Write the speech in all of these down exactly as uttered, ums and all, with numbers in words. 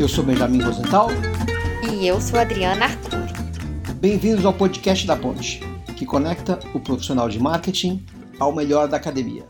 Eu sou Benjamin Rosenthal. E eu sou Adriana Arthur. Bem-vindos ao podcast da Ponte, que conecta o profissional de marketing ao melhor da academia.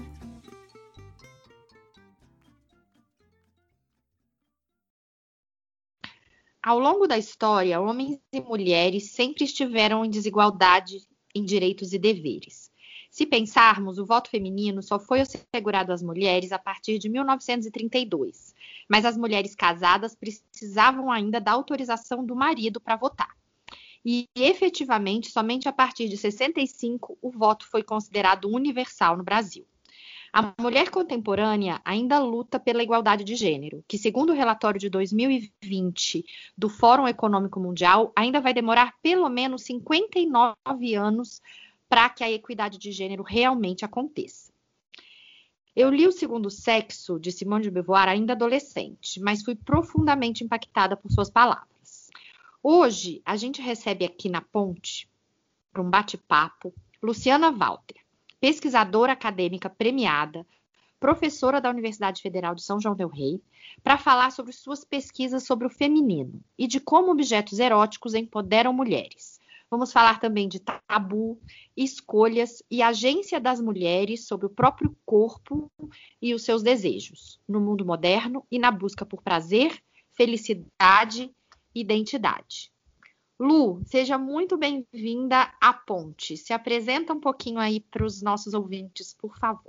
Ao longo da história, homens e mulheres sempre estiveram em desigualdade em direitos e deveres. Se pensarmos, o voto feminino só foi assegurado às mulheres a partir de mil novecentos e trinta e dois, mas as mulheres casadas precisavam ainda da autorização do marido para votar. E, efetivamente, somente a partir de sessenta e cinco o voto foi considerado universal no Brasil. A mulher contemporânea ainda luta pela igualdade de gênero, que, segundo o relatório de dois mil e vinte do Fórum Econômico Mundial, ainda vai demorar pelo menos cinquenta e nove anos para que a equidade de gênero realmente aconteça. Eu li O Segundo Sexo, de Simone de Beauvoir, ainda adolescente, mas fui profundamente impactada por suas palavras. Hoje, a gente recebe aqui na Ponte, para um bate-papo, Luciana Walter, pesquisadora acadêmica premiada, professora da Universidade Federal de São João del Rei, para falar sobre suas pesquisas sobre o feminino e de como objetos eróticos empoderam mulheres. Vamos falar também de tabu, escolhas e agência das mulheres sobre o próprio corpo e os seus desejos, no mundo moderno e na busca por prazer, felicidade e identidade. Lu, seja muito bem-vinda à Ponte. Se apresenta um pouquinho aí para os nossos ouvintes, por favor.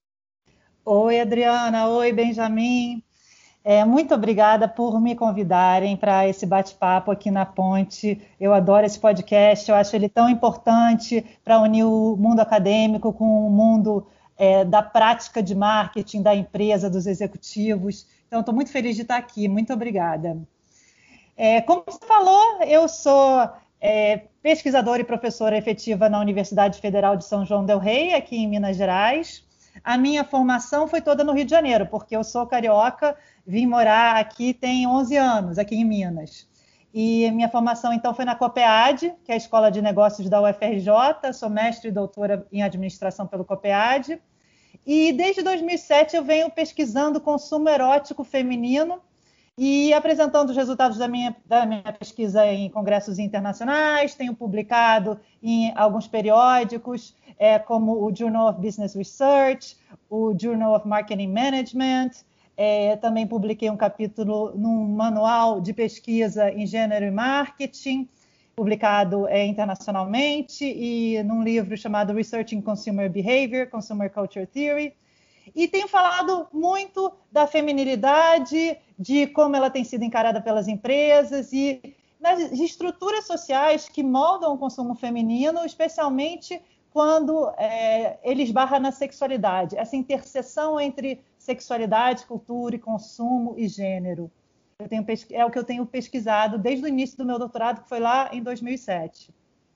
Oi, Adriana. Oi, Benjamin. É, muito obrigada por me convidarem para esse bate-papo aqui na Ponte. Eu adoro esse podcast, eu acho ele tão importante para unir o mundo acadêmico com o mundo é, da prática de marketing, da empresa, dos executivos. Então, estou muito feliz de estar aqui. Muito obrigada. É, como você falou, eu sou é, pesquisadora e professora efetiva na Universidade Federal de São João del Rei, aqui em Minas Gerais. A minha formação foi toda no Rio de Janeiro, porque eu sou carioca, vim morar aqui tem onze anos, aqui em Minas. E minha formação, então, foi na COPEAD, que é a Escola de Negócios da U F R J, sou mestre e doutora em administração pelo COPEAD. E desde dois mil e sete eu venho pesquisando consumo erótico feminino e apresentando os resultados da minha, da minha pesquisa em congressos internacionais, tenho publicado em alguns periódicos, é, como o Journal of Business Research, o Journal of Marketing Management, é, também publiquei um capítulo num manual de pesquisa em gênero e marketing, publicado é, internacionalmente, e num livro chamado Researching Consumer Behavior, Consumer Culture Theory. E tenho falado muito da feminilidade, de como ela tem sido encarada pelas empresas e nas estruturas sociais que moldam o consumo feminino, especialmente quando é, ele esbarra na sexualidade, essa interseção entre sexualidade, cultura e consumo e gênero. Eu tenho, é o que eu tenho pesquisado desde o início do meu doutorado, que foi lá em dois mil e sete.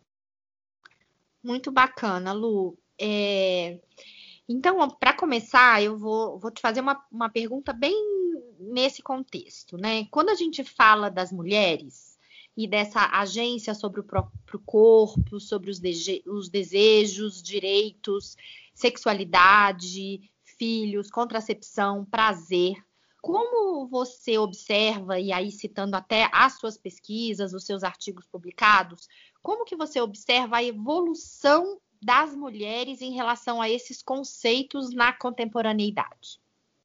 Muito bacana, Lu. É... Então, para começar, eu vou, vou te fazer uma, uma pergunta bem nesse contexto, né? Quando a gente fala das mulheres e dessa agência sobre o próprio corpo, sobre os, dege- os desejos, direitos, sexualidade, filhos, contracepção, prazer, como você observa, e aí citando até as suas pesquisas, os seus artigos publicados, como que você observa a evolução das mulheres em relação a esses conceitos na contemporaneidade?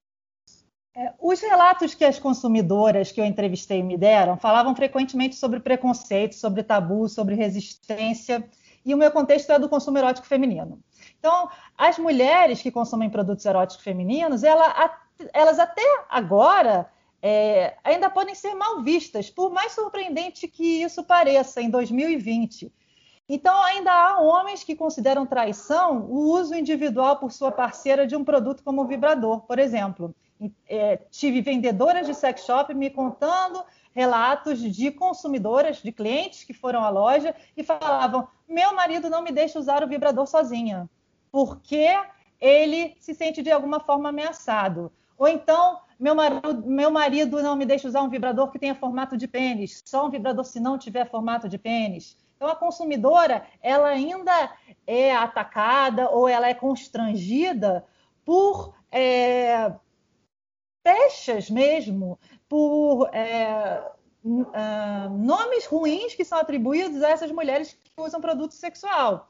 É, os relatos que as consumidoras que eu entrevistei me deram falavam frequentemente sobre preconceito, sobre tabu, sobre resistência, e o meu contexto é do consumo erótico feminino. Então, as mulheres que consomem produtos eróticos femininos, ela, elas até agora é, ainda podem ser mal vistas, por mais surpreendente que isso pareça, em dois mil e vinte. Então, ainda há homens que consideram traição o uso individual por sua parceira de um produto como o vibrador, por exemplo. É, tive vendedoras de sex shop me contando relatos de consumidoras, de clientes que foram à loja e falavam: meu marido não me deixa usar o vibrador sozinha, porque ele se sente de alguma forma ameaçado. Ou então, meu marido, meu marido não me deixa usar um vibrador que tenha formato de pênis, só um vibrador se não tiver formato de pênis. Então, a consumidora, ela ainda é atacada ou ela é constrangida por é, pechas mesmo, por é, uh, nomes ruins que são atribuídos a essas mulheres que usam produto sexual.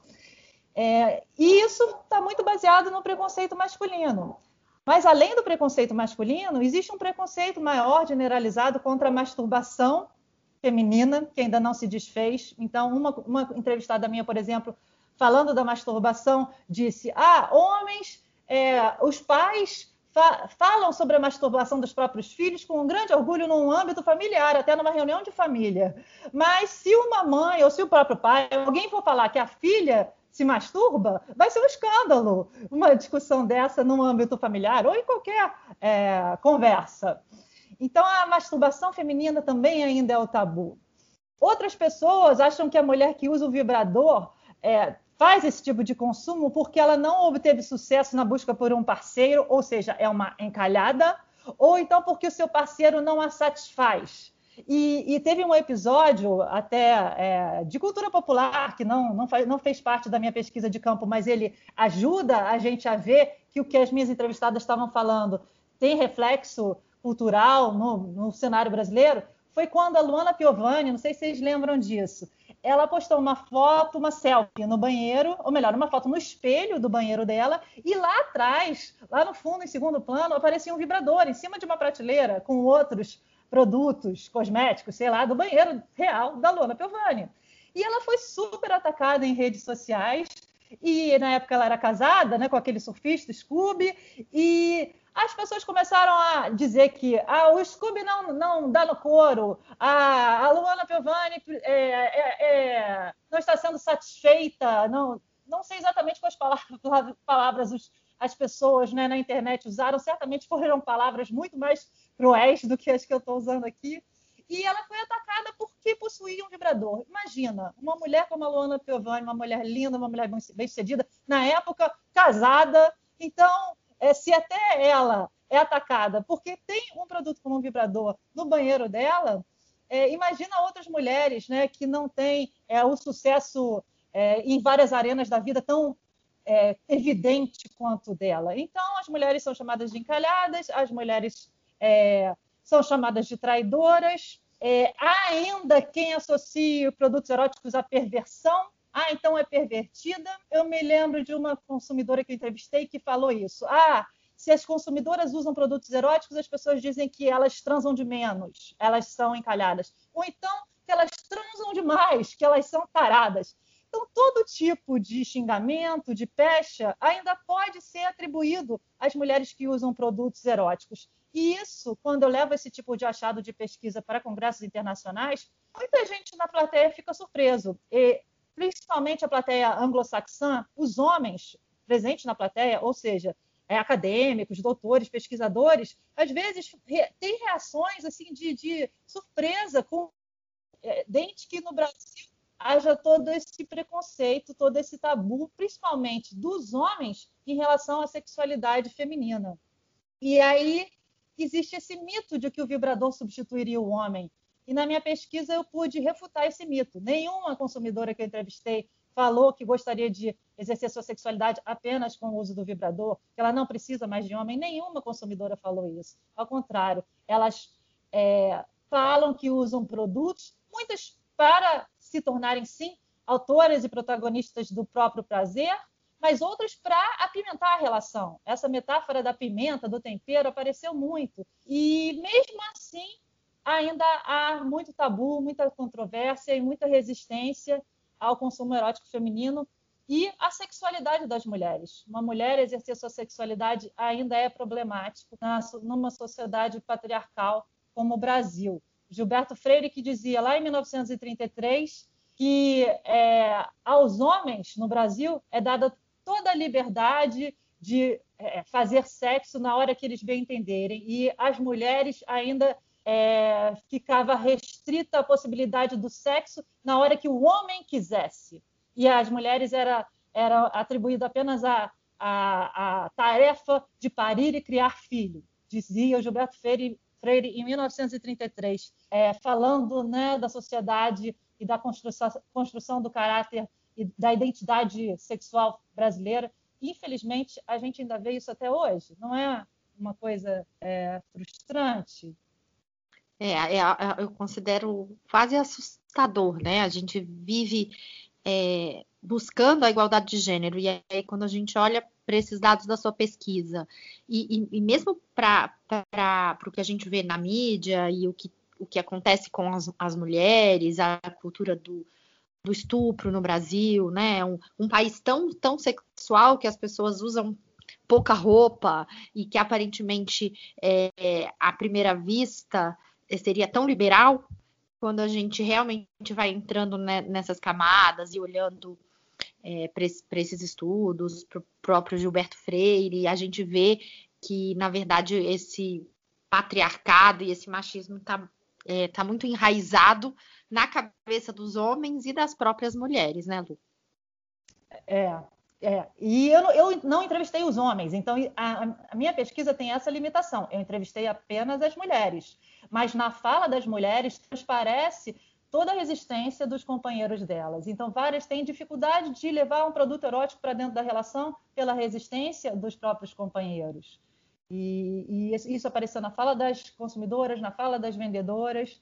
É, e isso está muito baseado no preconceito masculino. Mas, além do preconceito masculino, existe um preconceito maior, generalizado, contra a masturbação feminina, que ainda não se desfez. Então, uma, uma entrevistada minha, por exemplo, falando da masturbação, disse: ah, homens, é, os pais fa- falam sobre a masturbação dos próprios filhos com um grande orgulho num âmbito familiar, até numa reunião de família. Mas se uma mãe ou se o próprio pai, alguém for falar que a filha se masturba, vai ser um escândalo uma discussão dessa num âmbito familiar ou em qualquer é, conversa. Então, a masturbação feminina também ainda é o tabu. Outras pessoas acham que a mulher que usa o vibrador é, faz esse tipo de consumo porque ela não obteve sucesso na busca por um parceiro, ou seja, é uma encalhada, ou então porque o seu parceiro não a satisfaz. E, e teve um episódio até é, de cultura popular, que não, não, faz, não fez parte da minha pesquisa de campo, mas ele ajuda a gente a ver que o que as minhas entrevistadas estavam falando tem reflexo cultural no, no cenário brasileiro. Foi quando a Luana Piovani, não sei se vocês lembram disso, ela postou uma foto, uma selfie no banheiro, ou melhor, uma foto no espelho do banheiro dela, e lá atrás, lá no fundo, em segundo plano, aparecia um vibrador em cima de uma prateleira com outros produtos cosméticos, sei lá, do banheiro real da Luana Piovani. E ela foi super atacada em redes sociais, e na época ela era casada, né, com aquele surfista, Scooby, e as pessoas começaram a dizer que ah, o Scooby não, não dá no couro, a, a Luana Piovani é, é, é, não está sendo satisfeita, não, não sei exatamente quais palavras, palavras os, as pessoas, né, na internet usaram, certamente foram palavras muito mais cruéis do que as que eu estou usando aqui, e ela foi atacada porque possuía um vibrador. Imagina, uma mulher como a Luana Piovani, uma mulher linda, uma mulher bem-sucedida, na época casada, então, é, se até ela é atacada porque tem um produto como um vibrador no banheiro dela, é, imagina outras mulheres, né, que não têm é, o sucesso é, em várias arenas da vida tão é, evidente quanto dela. Então, as mulheres são chamadas de encalhadas, as mulheres é, são chamadas de traidoras. É, há ainda quem associe produtos eróticos à perversão. Ah, então é pervertida. Eu me lembro de uma consumidora que eu entrevistei que falou isso. Ah, se as consumidoras usam produtos eróticos, as pessoas dizem que elas transam de menos, elas são encalhadas. Ou então que elas transam demais, que elas são taradas. Então, todo tipo de xingamento, de pecha, ainda pode ser atribuído às mulheres que usam produtos eróticos. E isso, quando eu levo esse tipo de achado de pesquisa para congressos internacionais, muita gente na plateia fica surpreso. E, principalmente a plateia anglo-saxã, os homens presentes na plateia, ou seja, é, acadêmicos, doutores, pesquisadores, às vezes re, têm reações assim, de, de surpresa, com é, dente que no Brasil haja todo esse preconceito, todo esse tabu, principalmente dos homens, em relação à sexualidade feminina. E aí existe esse mito de que o vibrador substituiria o homem. E na minha pesquisa eu pude refutar esse mito. Nenhuma consumidora que eu entrevistei falou que gostaria de exercer sua sexualidade apenas com o uso do vibrador, que ela não precisa mais de homem. Nenhuma consumidora falou isso. Ao contrário, elas é, falam que usam produtos, muitas para se tornarem, sim, autoras e protagonistas do próprio prazer, mas outras para apimentar a relação. Essa metáfora da pimenta, do tempero, apareceu muito. E, mesmo assim, ainda há muito tabu, muita controvérsia e muita resistência ao consumo erótico feminino e à sexualidade das mulheres. Uma mulher exercer sua sexualidade ainda é problemático numa sociedade patriarcal como o Brasil. Gilberto Freire, que dizia lá em mil novecentos e trinta e três que é, aos homens no Brasil é dada toda a liberdade de é, fazer sexo na hora que eles bem entenderem, e as mulheres ainda é, ficava restrita a possibilidade do sexo na hora que o homem quisesse, e às mulheres era, era atribuída apenas a, a, a tarefa de parir e criar filho, dizia o Gilberto Freire, Freire em mil novecentos e trinta e três, é, falando, né, da sociedade e da construção, construção do caráter e da identidade sexual brasileira. Infelizmente, a gente ainda vê isso até hoje. Não é, uma coisa é, frustrante? É, é, é, eu considero quase assustador, né? A gente vive é, buscando a igualdade de gênero, e aí quando a gente olha para esses dados da sua pesquisa, e, e, e mesmo para o que a gente vê na mídia e o que, o que acontece com as, as mulheres, a cultura do, do estupro no Brasil, né? Um, um país tão, tão sexual que as pessoas usam pouca roupa e que aparentemente é, à primeira vista seria tão liberal, quando a gente realmente vai entrando nessas camadas e olhando é, para esses estudos, para o próprio Gilberto Freire, a gente vê que, na verdade, esse patriarcado e esse machismo está é, tá muito enraizado na cabeça dos homens e das próprias mulheres, né, Lu? É, é. E eu, eu não entrevistei os homens, então a, a minha pesquisa tem essa limitação. Eu entrevistei apenas as mulheres. Mas na fala das mulheres transparece toda a resistência dos companheiros delas. Então, várias têm dificuldade de levar um produto erótico para dentro da relação pela resistência dos próprios companheiros. E, e isso apareceu na fala das consumidoras, na fala das vendedoras.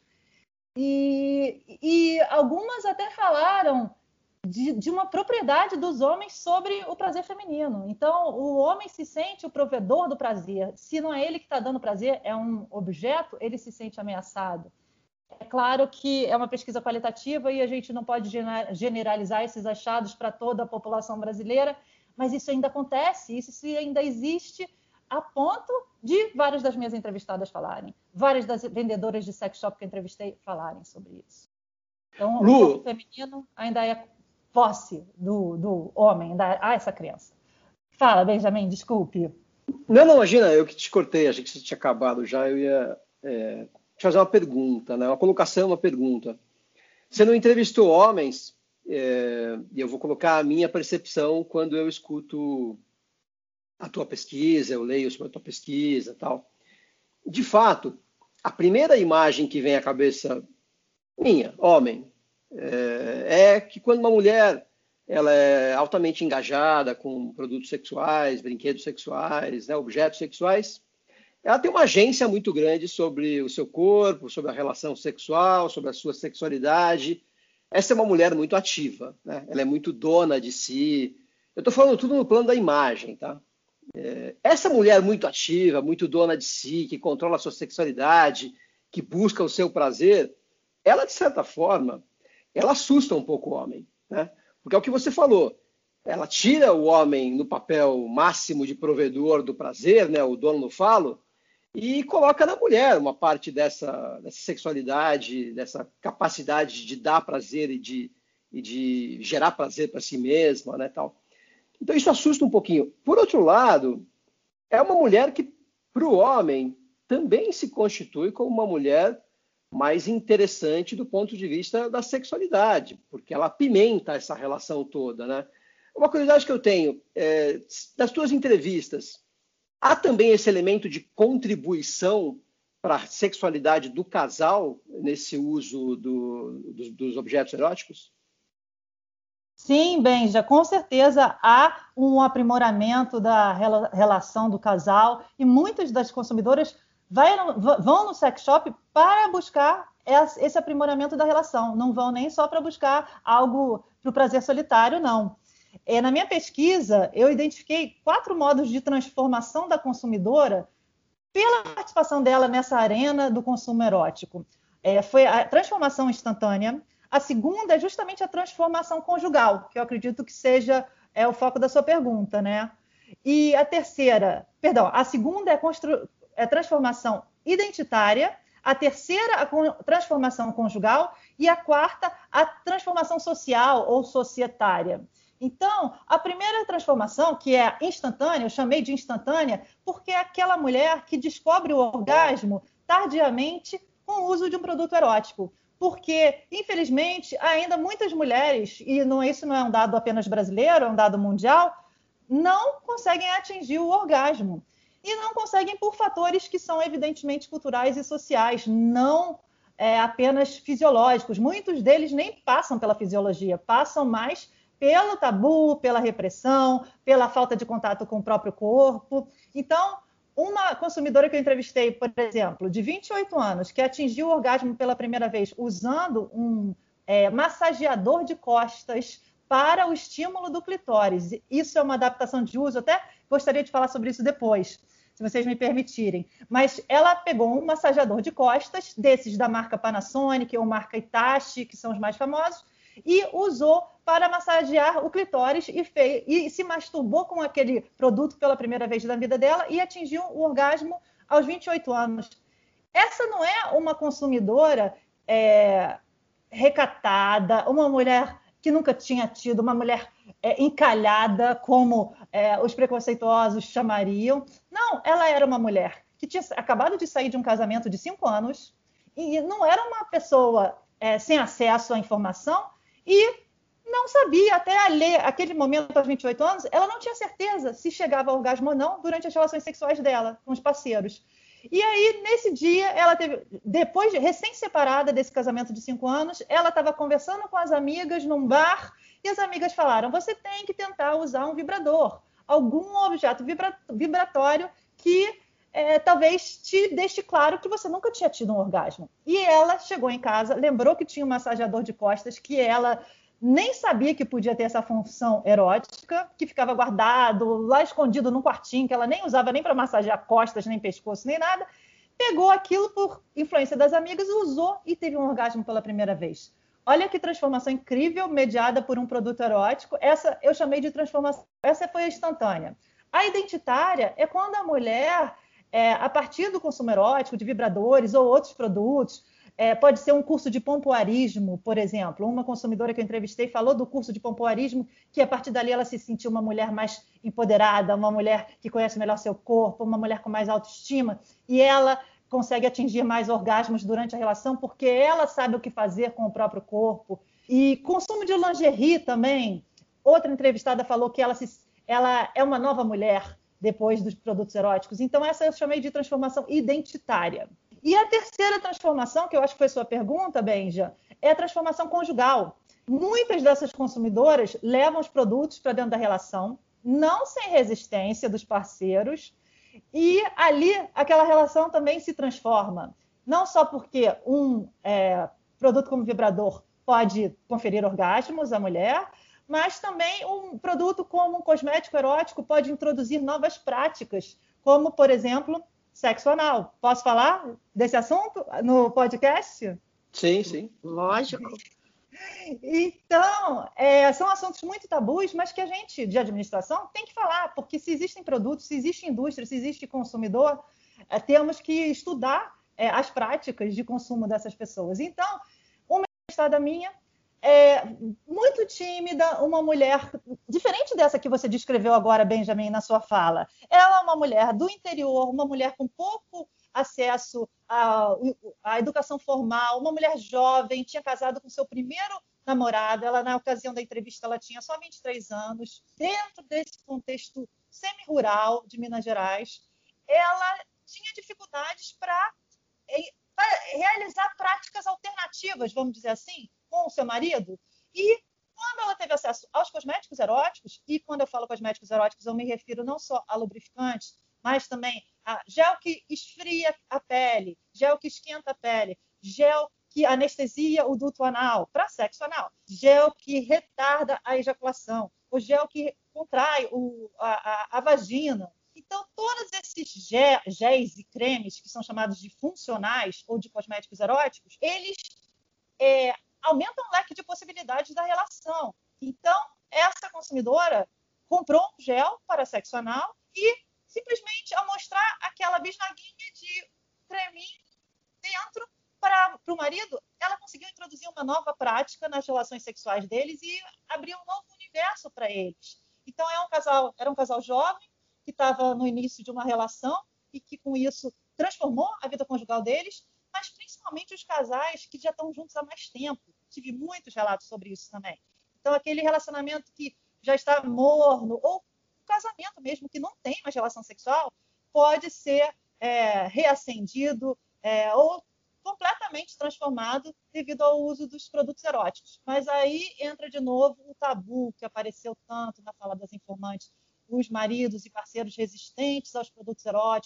E, e algumas até falaram de, de uma propriedade dos homens sobre o prazer feminino. Então, o homem se sente o provedor do prazer. Se não é ele que está dando prazer, é um objeto, ele se sente ameaçado. É claro que é uma pesquisa qualitativa e a gente não pode generalizar esses achados para toda a população brasileira, mas isso ainda acontece, isso ainda existe a ponto de várias das minhas entrevistadas falarem, várias das vendedoras de sex shop que eu entrevistei falarem sobre isso. Então, Lu, o corpo feminino ainda é posse do, do homem, ainda há essa crença. Fala, Benjamin, desculpe. Não, não, imagina, eu que te cortei, achei que você tinha acabado já, eu ia é, te fazer uma pergunta, né? Uma colocação, uma pergunta. Você não entrevistou homens, é, e eu vou colocar a minha percepção quando eu escuto a tua pesquisa, eu leio sobre a tua pesquisa e tal. De fato, a primeira imagem que vem à cabeça minha, homem, é, é que quando uma mulher ela é altamente engajada com produtos sexuais, brinquedos sexuais, né, objetos sexuais, ela tem uma agência muito grande sobre o seu corpo, sobre a relação sexual, sobre a sua sexualidade. Essa é uma mulher muito ativa, né? Ela é muito dona de si. Eu estou falando tudo no plano da imagem, tá? É, essa mulher muito ativa, muito dona de si, que controla a sua sexualidade, que busca o seu prazer, ela, de certa forma, ela assusta um pouco o homem, né? Porque é o que você falou, ela tira o homem no papel máximo de provedor do prazer, né, o dono do falo, e coloca na mulher uma parte dessa, dessa sexualidade, dessa capacidade de dar prazer e de, e de gerar prazer para si mesma, né, tal. Então isso assusta um pouquinho. Por outro lado, é uma mulher que, para o homem, também se constitui como uma mulher mais interessante do ponto de vista da sexualidade, porque ela apimenta essa relação toda, né? Uma curiosidade que eu tenho, é, das tuas entrevistas, há também esse elemento de contribuição para a sexualidade do casal nesse uso do, dos, dos objetos eróticos? Sim, Benja, com certeza há um aprimoramento da relação do casal e muitas das consumidoras vai, vão no sex shop para buscar esse aprimoramento da relação, não vão nem só para buscar algo para o prazer solitário, não. É, na minha pesquisa, eu identifiquei quatro modos de transformação da consumidora pela participação dela nessa arena do consumo erótico. É, foi a transformação instantânea. A segunda é justamente a transformação conjugal, que eu acredito que seja é, o foco da sua pergunta, né? E a terceira, perdão, a segunda é, constru, é a transformação identitária, a terceira, a transformação conjugal, e a quarta, a transformação social ou societária. Então, a primeira transformação, que é instantânea, eu chamei de instantânea, porque é aquela mulher que descobre o orgasmo tardiamente com o uso de um produto erótico. Porque, infelizmente, ainda muitas mulheres, e não, isso não é um dado apenas brasileiro, é um dado mundial, não conseguem atingir o orgasmo. E não conseguem por fatores que são evidentemente culturais e sociais, não é, apenas fisiológicos. Muitos deles nem passam pela fisiologia, passam mais pelo tabu, pela repressão, pela falta de contato com o próprio corpo. Então, uma consumidora que eu entrevistei, por exemplo, de vinte e oito anos, que atingiu o orgasmo pela primeira vez usando um é, massageador de costas para o estímulo do clitóris. Isso é uma adaptação de uso, até gostaria de falar sobre isso depois, se vocês me permitirem. Mas ela pegou um massageador de costas, desses da marca Panasonic ou marca Hitachi, que são os mais famosos, e usou para massagear o clitóris e, fez, e se masturbou com aquele produto pela primeira vez na vida dela e atingiu o orgasmo aos vinte e oito anos. Essa não é uma consumidora é, recatada, uma mulher que nunca tinha tido, uma mulher é, encalhada, como é, os preconceituosos chamariam. Não, ela era uma mulher que tinha acabado de sair de um casamento de cinco anos e não era uma pessoa é, sem acesso à informação e não sabia, até ler aquele momento aos vinte e oito anos, ela não tinha certeza se chegava ao orgasmo ou não durante as relações sexuais dela com os parceiros. E aí, nesse dia, ela teve, depois de recém-separada desse casamento de cinco anos, ela estava conversando com as amigas num bar e as amigas falaram: você tem que tentar usar um vibrador, algum objeto vibra, vibratório que é, talvez te deixe claro que você nunca tinha tido um orgasmo. E ela chegou em casa, lembrou que tinha um massageador de costas que ela nem sabia que podia ter essa função erótica, que ficava guardado, lá escondido num quartinho, que ela nem usava nem para massagear costas, nem pescoço, nem nada. Pegou aquilo por influência das amigas, usou e teve um orgasmo pela primeira vez. Olha que transformação incrível, mediada por um produto erótico. Essa eu chamei de transformação, essa foi a instantânea. A identitária é quando a mulher, é, a partir do consumo erótico, de vibradores ou outros produtos, É, pode ser um curso de pompoarismo, por exemplo. Uma consumidora que eu entrevistei falou do curso de pompoarismo, que a partir dali ela se sentiu uma mulher mais empoderada, uma mulher que conhece melhor seu corpo, uma mulher com mais autoestima, e ela consegue atingir mais orgasmos durante a relação porque ela sabe o que fazer com o próprio corpo. E consumo de lingerie também. Outra entrevistada falou que ela, se, ela é uma nova mulher depois dos produtos eróticos. Então, essa eu chamei de transformação identitária. E a terceira transformação, que eu acho que foi sua pergunta, Benja, é a transformação conjugal. Muitas dessas consumidoras levam os produtos para dentro da relação, não sem resistência dos parceiros, e ali aquela relação também se transforma. Não só porque um é, produto como vibrador pode conferir orgasmos à mulher, mas também um produto como um cosmético erótico pode introduzir novas práticas, como, por exemplo, sexo anal. Posso falar desse assunto no podcast? Sim, sim. Lógico. Então, é, são assuntos muito tabus, mas que a gente, de administração, tem que falar, porque se existem produtos, se existe indústria, se existe consumidor, é, temos que estudar é, as práticas de consumo dessas pessoas. Então, uma entrevistada minha, é, muito tímida, uma mulher diferente dessa que você descreveu agora, Benjamin, na sua fala. Ela é uma mulher do interior, uma mulher com pouco acesso à, à educação formal, uma mulher jovem, tinha casado com seu primeiro namorado. Ela, na ocasião da entrevista, ela tinha só vinte e três anos. Dentro desse contexto semi-rural de Minas Gerais, ela tinha dificuldades para realizar práticas alternativas, vamos dizer assim, com o seu marido. E quando ela teve acesso aos cosméticos eróticos, e quando eu falo cosméticos eróticos, eu me refiro não só a lubrificantes, mas também a gel que esfria a pele, gel que esquenta a pele, gel que anestesia o duto anal, para sexo anal, gel que retarda a ejaculação, o gel que contrai o, a, a, a vagina. Então, todos esses géis e cremes que são chamados de funcionais ou de cosméticos eróticos, eles é, aumentam o leque de possibilidades da relação. Então, essa consumidora comprou um gel para sexo anal e, simplesmente, ao mostrar aquela bisnaguinha de creminho dentro para o marido, ela conseguiu introduzir uma nova prática nas relações sexuais deles e abrir um novo universo para eles. Então, é um casal, era um casal jovem, que estava no início de uma relação e que, com isso, transformou a vida conjugal deles, mas principalmente os casais que já estão juntos há mais tempo. Tive muitos relatos sobre isso também. Então, aquele relacionamento que já está morno, ou um casamento mesmo que não tem mais relação sexual, pode ser é, reacendido é, ou completamente transformado devido ao uso dos produtos eróticos. Mas aí entra de novo o tabu que apareceu tanto na fala das informantes, os maridos e parceiros resistentes aos produtos eróticos,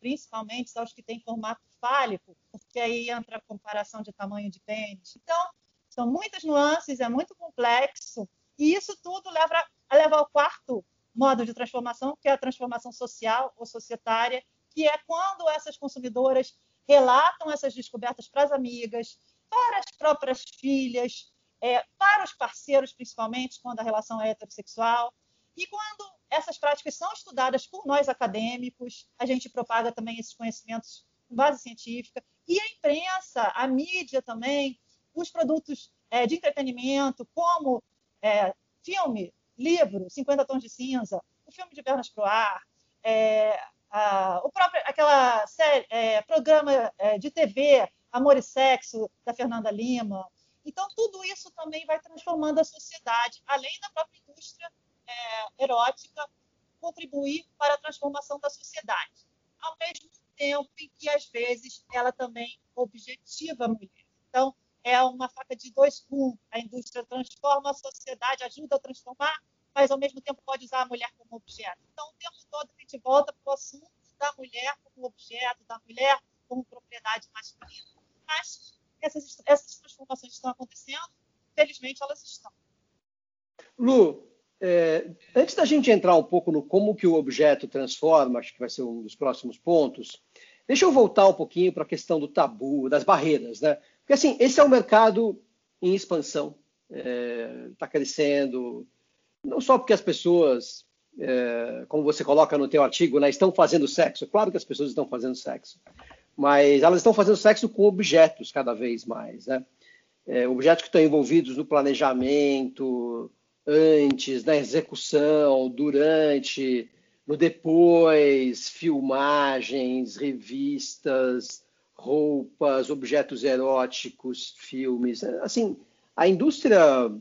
principalmente aos que têm formato fálico, porque aí entra a comparação de tamanho de pênis. Então, são muitas nuances, é muito complexo, e isso tudo leva, a, leva ao quarto modo de transformação, que é a transformação social ou societária, que é quando essas consumidoras relatam essas descobertas para as amigas, para as próprias filhas, é, para os parceiros, principalmente, quando a relação é heterossexual. E quando essas práticas são estudadas por nós acadêmicos, a gente propaga também esses conhecimentos com base científica. E a imprensa, a mídia também, os produtos é, de entretenimento, como é, filme, livro, cinquenta Tons de Cinza, o filme de Pernas pro Ar, é, a, o próprio, aquela série, é, programa é, de T V, Amor e Sexo, da Fernanda Lima. Então, tudo isso também vai transformando a sociedade, além da própria indústria é, erótica, contribuir para a transformação da sociedade, ao mesmo tempo em que, às vezes, ela também objetiva a mulher. Então, é uma faca de dois gumes. A indústria transforma a sociedade, ajuda a transformar, mas, ao mesmo tempo, pode usar a mulher como objeto. Então, o tempo todo, a gente volta para o assunto da mulher como objeto, da mulher como propriedade masculina. Mas essas, essas transformações estão acontecendo, felizmente, elas estão. Lu, é, antes da gente entrar um pouco no como que o objeto transforma, acho que vai ser um dos próximos pontos, deixa eu voltar um pouquinho para a questão do tabu, das barreiras, né? Porque, assim, esse é um mercado em expansão, está é, crescendo, não só porque as pessoas, é, como você coloca no teu artigo, né, estão fazendo sexo. Claro que as pessoas estão fazendo sexo, mas elas estão fazendo sexo com objetos cada vez mais, né? É, objetos que estão envolvidos no planejamento, antes, na execução, durante, no depois, filmagens, revistas, roupas, objetos eróticos, filmes. Assim, a indústria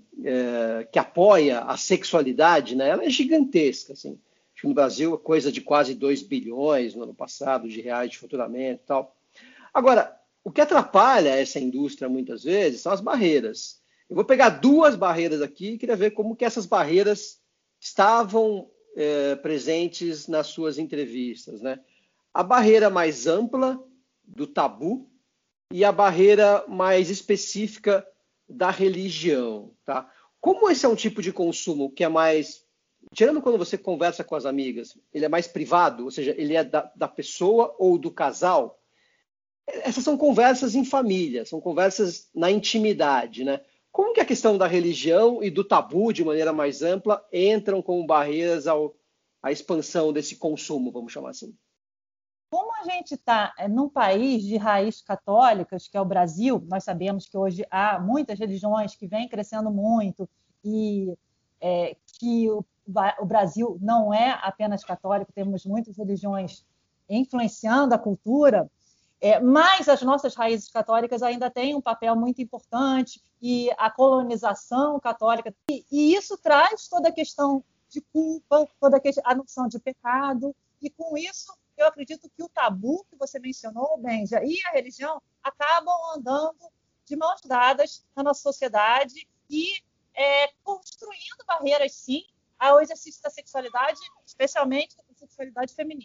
é, que apoia a sexualidade, né, ela é gigantesca. Assim. Acho que no Brasil é coisa de quase dois bilhões no ano passado de reais de faturamento e tal. Agora, o que atrapalha essa indústria muitas vezes são as barreiras. Eu vou pegar duas barreiras aqui e queria ver como que essas barreiras estavam é, presentes nas suas entrevistas, né? A barreira mais ampla do tabu e a barreira mais específica da religião, tá? Como esse é um tipo de consumo que é mais, tirando quando você conversa com as amigas, ele é mais privado, ou seja, ele é da, da pessoa ou do casal, essas são conversas em família, são conversas na intimidade, né? Como que a questão da religião e do tabu, de maneira mais ampla, entram como barreiras ao, à expansão desse consumo, vamos chamar assim? Como a gente está num país de raízes católicas, que é o Brasil, nós sabemos que hoje há muitas religiões que vêm crescendo muito e é, que o, o Brasil não é apenas católico, temos muitas religiões influenciando a cultura, é, mas as nossas raízes católicas ainda têm um papel muito importante e a colonização católica, e, e isso traz toda a questão de culpa, toda a, questão, a noção de pecado, e com isso eu acredito que o tabu que você mencionou, Benja, e a religião acabam andando de mãos dadas na nossa sociedade e é, construindo barreiras, sim, ao exercício da sexualidade, especialmente da sexualidade feminina.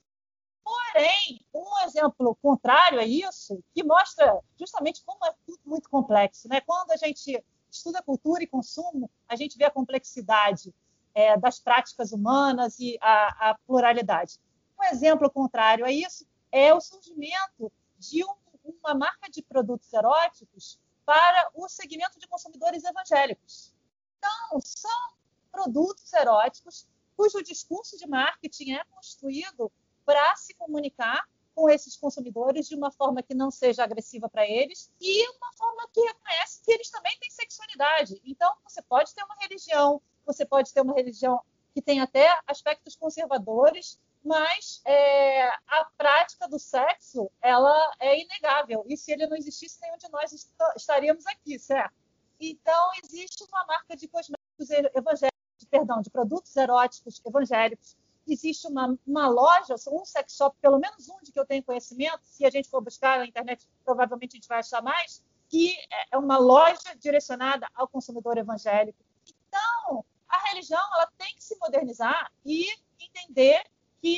Porém, um exemplo contrário a isso, que mostra justamente como é tudo muito complexo, né? Quando a gente estuda cultura e consumo, a gente vê a complexidade é, das práticas humanas e a, a pluralidade. Um exemplo contrário a isso é o surgimento de um, uma marca de produtos eróticos para o segmento de consumidores evangélicos. Então, são produtos eróticos cujo discurso de marketing é construído para se comunicar com esses consumidores de uma forma que não seja agressiva para eles e uma forma que reconhece que eles também têm sexualidade. Então, você pode ter uma religião, você pode ter uma religião que tem até aspectos conservadores, mas é, a prática do sexo, ela é inegável. E se ele não existisse, nenhum de nós est- estaríamos aqui, certo? Então, existe uma marca de cosméticos evangélicos, perdão, de produtos eróticos evangélicos. Existe uma, uma loja, um sex shop, pelo menos um de que eu tenho conhecimento, se a gente for buscar na internet, provavelmente a gente vai achar mais, que é uma loja direcionada ao consumidor evangélico. Então, a religião ela tem que se modernizar e entender que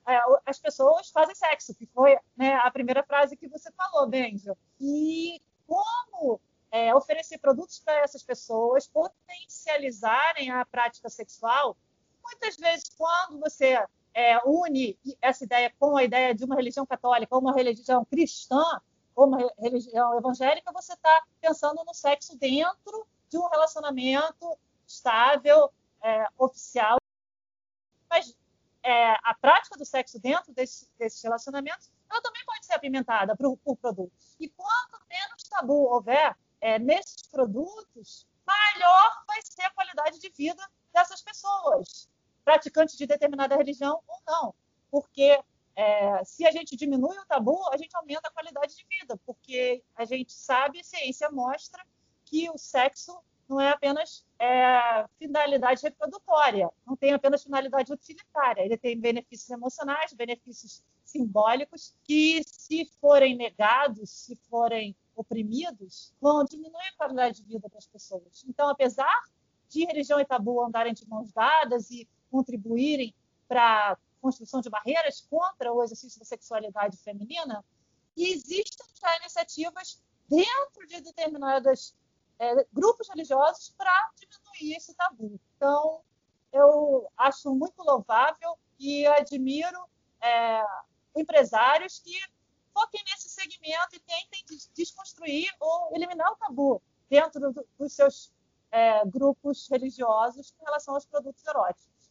é, as pessoas fazem sexo, que foi, né, a primeira frase que você falou, Benja. E como é, oferecer produtos para essas pessoas potencializarem a prática sexual. Muitas vezes, quando você é, une essa ideia com a ideia de uma religião católica, ou uma religião cristã, ou uma religião evangélica, você está pensando no sexo dentro de um relacionamento estável, é, oficial. Mas é, a prática do sexo dentro desse, desses relacionamentos, ela também pode ser apimentada por, por produtos. E quanto menos tabu houver é, nesses produtos, maior vai ser a qualidade de vida dessas pessoas, praticantes de determinada religião ou não. Porque é, se a gente diminui o tabu, a gente aumenta a qualidade de vida, porque a gente sabe, a ciência mostra que o sexo não é apenas é, finalidade reprodutória, não tem apenas finalidade utilitária, ele tem benefícios emocionais, benefícios simbólicos, que se forem negados, se forem oprimidos, vão diminuir a qualidade de vida das pessoas. Então, apesar de religião e tabu andarem de mãos dadas e contribuírem para a construção de barreiras contra o exercício da sexualidade feminina, existem já iniciativas dentro de determinadas É, grupos religiosos para diminuir esse tabu. Então, eu acho muito louvável e admiro é, empresários que foquem nesse segmento e tentem desconstruir ou eliminar o tabu dentro do, dos seus é, grupos religiosos com relação aos produtos eróticos.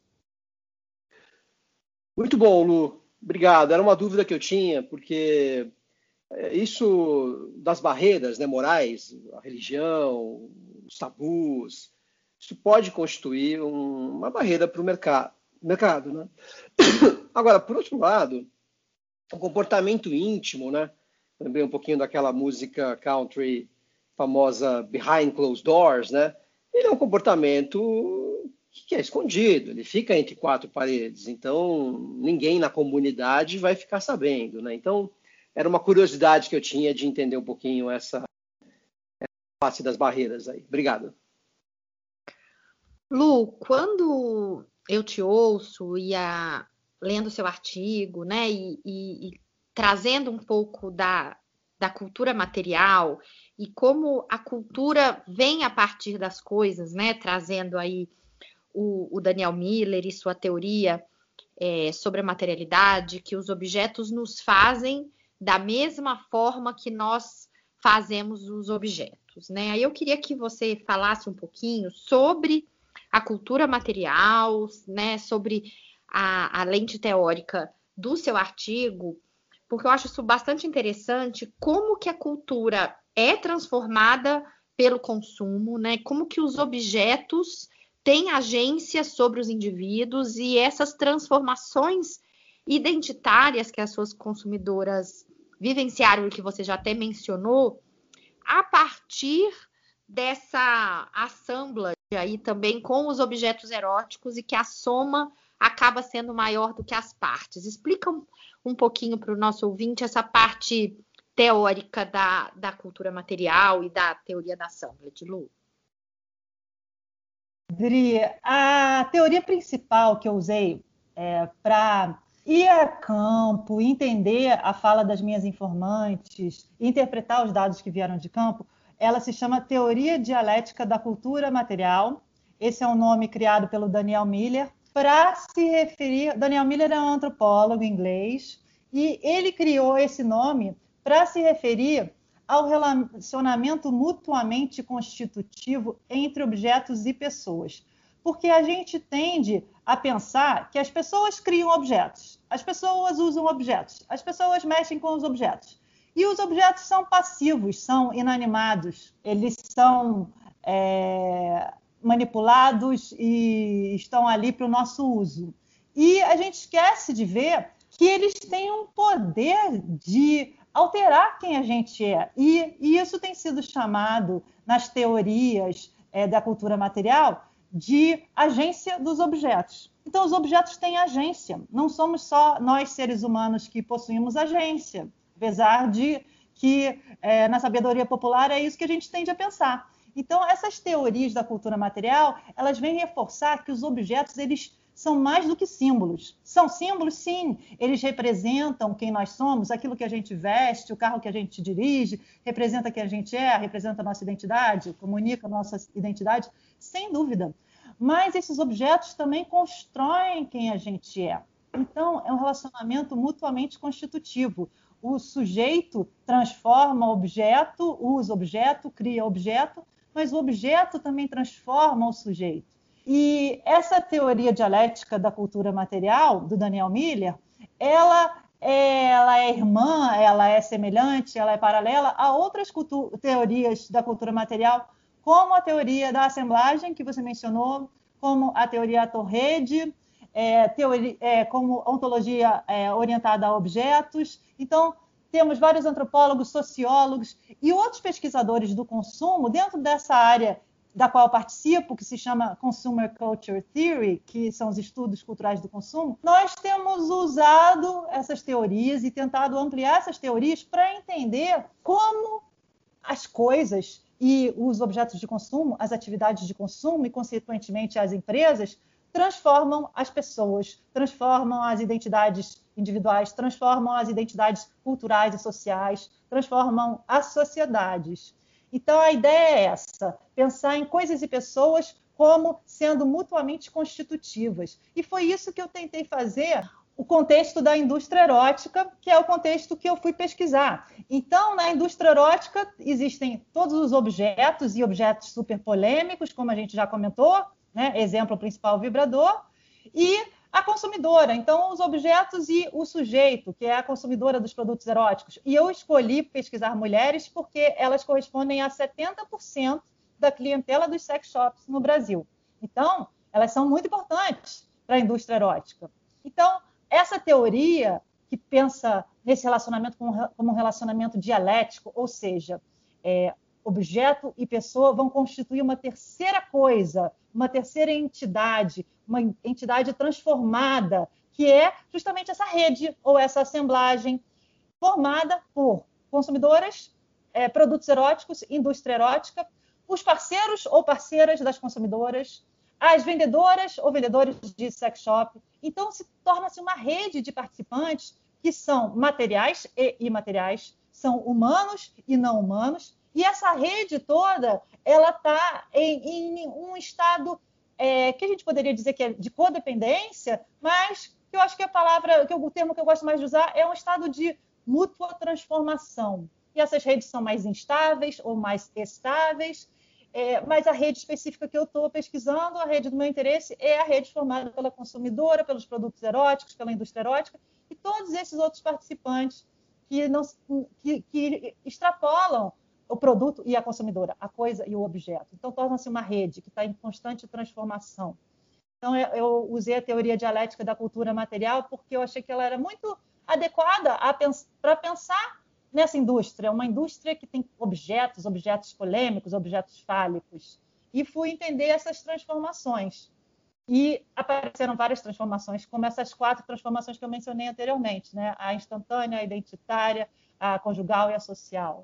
Muito bom, Lu. Obrigado. Era uma dúvida que eu tinha, porque isso das barreiras, né, morais, a religião, os tabus, isso pode constituir um, uma barreira para o mercado, mercado, né? Agora, por outro lado, o comportamento íntimo, né? Lembrei um pouquinho daquela música country famosa Behind Closed Doors, né? Ele é um comportamento que é escondido, ele fica entre quatro paredes, então ninguém na comunidade vai ficar sabendo, né? Então, era uma curiosidade que eu tinha de entender um pouquinho essa face das barreiras aí. Obrigado. Lu, quando eu te ouço e a, lendo seu artigo, né, e, e, e trazendo um pouco da, da cultura material e como a cultura vem a partir das coisas, né, trazendo aí o, o Daniel Miller e sua teoria é, sobre a materialidade, que os objetos nos fazem da mesma forma que nós fazemos os objetos, né? Aí eu queria que você falasse um pouquinho sobre a cultura material, né? Sobre a, a lente teórica do seu artigo, porque eu acho isso bastante interessante, como que a cultura é transformada pelo consumo, né? Como que os objetos têm agência sobre os indivíduos e essas transformações identitárias que as suas consumidoras vivenciaram, que você já até mencionou, a partir dessa assemblage aí também com os objetos eróticos e que a soma acaba sendo maior do que as partes. Explica um, um pouquinho para o nosso ouvinte essa parte teórica da, da cultura material e da teoria da assemblage, Lu. Dri, a teoria principal que eu usei é, para ir a campo, entender a fala das minhas informantes, interpretar os dados que vieram de campo, ela se chama Teoria Dialética da Cultura Material. Esse é um nome criado pelo Daniel Miller para se referir... Daniel Miller é um antropólogo inglês e ele criou esse nome para se referir ao relacionamento mutuamente constitutivo entre objetos e pessoas. Porque a gente tende a pensar que as pessoas criam objetos, as pessoas usam objetos, as pessoas mexem com os objetos. E os objetos são passivos, são inanimados, eles são é, manipulados e estão ali para o nosso uso. E a gente esquece de ver que eles têm um poder de alterar quem a gente é. E, e isso tem sido chamado nas teorias é, da cultura material de agência dos objetos. Então, os objetos têm agência. Não somos só nós, seres humanos, que possuímos agência, apesar de que, é, na sabedoria popular, é isso que a gente tende a pensar. Então, essas teorias da cultura material, elas vêm reforçar que os objetos, eles são mais do que símbolos. São símbolos, sim, eles representam quem nós somos, aquilo que a gente veste, o carro que a gente dirige, representa quem a gente é, representa a nossa identidade, comunica a nossa identidade, sem dúvida. Mas esses objetos também constroem quem a gente é. Então, é um relacionamento mutuamente constitutivo. O sujeito transforma objeto, usa objeto, cria objeto, mas o objeto também transforma o sujeito. E essa teoria dialética da cultura material, do Daniel Miller, ela é, ela é irmã, ela é semelhante, ela é paralela a outras teorias da cultura material, como a teoria da assemblagem, que você mencionou, como a teoria Torrede, é, teoria, é, como ontologia é, orientada a objetos. Então, temos vários antropólogos, sociólogos e outros pesquisadores do consumo dentro dessa área da qual eu participo, que se chama Consumer Culture Theory, que são os estudos culturais do consumo. Nós temos usado essas teorias e tentado ampliar essas teorias para entender como as coisas e os objetos de consumo, as atividades de consumo e, consequentemente, as empresas, transformam as pessoas, transformam as identidades individuais, transformam as identidades culturais e sociais, transformam as sociedades. Então, a ideia é essa, pensar em coisas e pessoas como sendo mutuamente constitutivas. E foi isso que eu tentei fazer, o contexto da indústria erótica, que é o contexto que eu fui pesquisar. Então, na indústria erótica, existem todos os objetos e objetos super polêmicos, como a gente já comentou, né? Exemplo principal, o vibrador, e a consumidora, então os objetos e o sujeito, que é a consumidora dos produtos eróticos. E eu escolhi pesquisar mulheres porque elas correspondem a setenta por cento da clientela dos sex shops no Brasil. Então, elas são muito importantes para a indústria erótica. Então, essa teoria que pensa nesse relacionamento como um relacionamento dialético, ou seja, é, objeto e pessoa vão constituir uma terceira coisa, uma terceira entidade, uma entidade transformada, que é justamente essa rede ou essa assemblagem formada por consumidoras, é, produtos eróticos, indústria erótica, os parceiros ou parceiras das consumidoras, as vendedoras ou vendedores de sex shop. Então, se torna-se uma rede de participantes que são materiais e imateriais, são humanos e não humanos, e essa rede toda, ela está em, em um estado é, que a gente poderia dizer que é de codependência, mas que eu acho que a palavra, que o termo que eu gosto mais de usar é um estado de mútua transformação. E essas redes são mais instáveis ou mais estáveis, é, mas a rede específica que eu estou pesquisando, a rede do meu interesse, é a rede formada pela consumidora, pelos produtos eróticos, pela indústria erótica e todos esses outros participantes que, não, que, que extrapolam o produto e a consumidora, a coisa e o objeto. Então, torna-se uma rede que está em constante transformação. Então, eu usei a teoria dialética da cultura material porque eu achei que ela era muito adequada para pensar nessa indústria, uma indústria que tem objetos, objetos polêmicos, objetos fálicos. E fui entender essas transformações. E apareceram várias transformações, como essas quatro transformações que eu mencionei anteriormente, né? A instantânea, a identitária, a conjugal e a social.